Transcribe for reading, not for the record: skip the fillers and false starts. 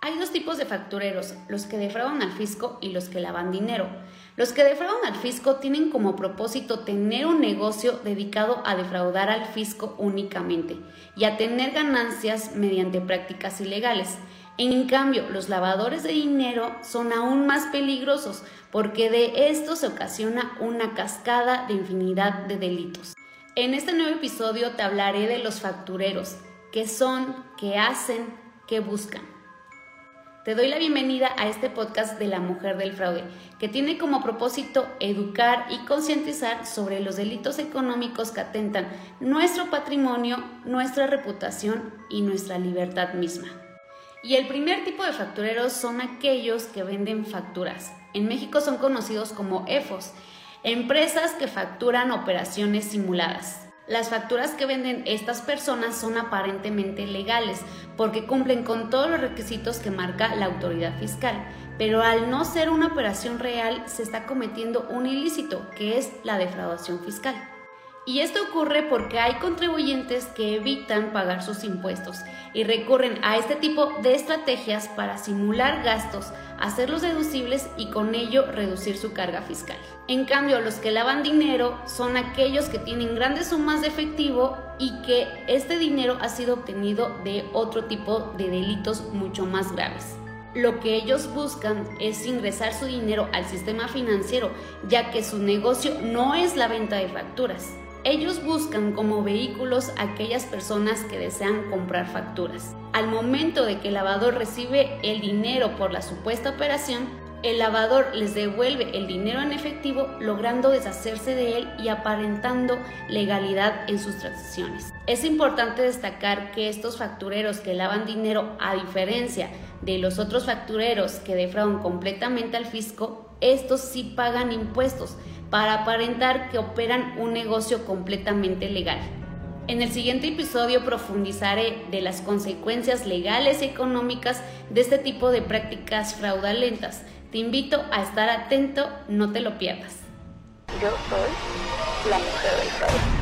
Hay dos tipos de factureros, los que defraudan al fisco y los que lavan dinero. Los que defraudan al fisco tienen como propósito tener un negocio dedicado a defraudar al fisco únicamente y a tener ganancias mediante prácticas ilegales. En cambio, los lavadores de dinero son aún más peligrosos porque de esto se ocasiona una cascada de infinidad de delitos. En este nuevo episodio te hablaré de los factureros, qué son, qué hacen, qué buscan. Te doy la bienvenida a este podcast de La Mujer del Fraude, que tiene como propósito educar y concientizar sobre los delitos económicos que atentan nuestro patrimonio, nuestra reputación y nuestra libertad misma. Y el primer tipo de factureros son aquellos que venden facturas. En México son conocidos como EFOS, empresas que facturan operaciones simuladas. Las facturas que venden estas personas son aparentemente legales porque cumplen con todos los requisitos que marca la autoridad fiscal, pero al no ser una operación real se está cometiendo un ilícito, que es la defraudación fiscal. Y esto ocurre porque hay contribuyentes que evitan pagar sus impuestos y recurren a este tipo de estrategias para simular gastos, hacerlos deducibles y con ello reducir su carga fiscal. En cambio, los que lavan dinero son aquellos que tienen grandes sumas de efectivo y que este dinero ha sido obtenido de otro tipo de delitos mucho más graves. Lo que ellos buscan es ingresar su dinero al sistema financiero, ya que su negocio no es la venta de facturas. Ellos buscan como vehículos a aquellas personas que desean comprar facturas. Al momento de que el lavador recibe el dinero por la supuesta operación, el lavador les devuelve el dinero en efectivo, logrando deshacerse de él y aparentando legalidad en sus transacciones. Es importante destacar que estos factureros que lavan dinero, a diferencia de los otros factureros que defraudan completamente al fisco, estos sí pagan impuestos para aparentar que operan un negocio completamente legal. En el siguiente episodio profundizaré de las consecuencias legales y económicas de este tipo de prácticas fraudulentas. Te invito a estar atento, no te lo pierdas. Yo soy la mujer del fraude.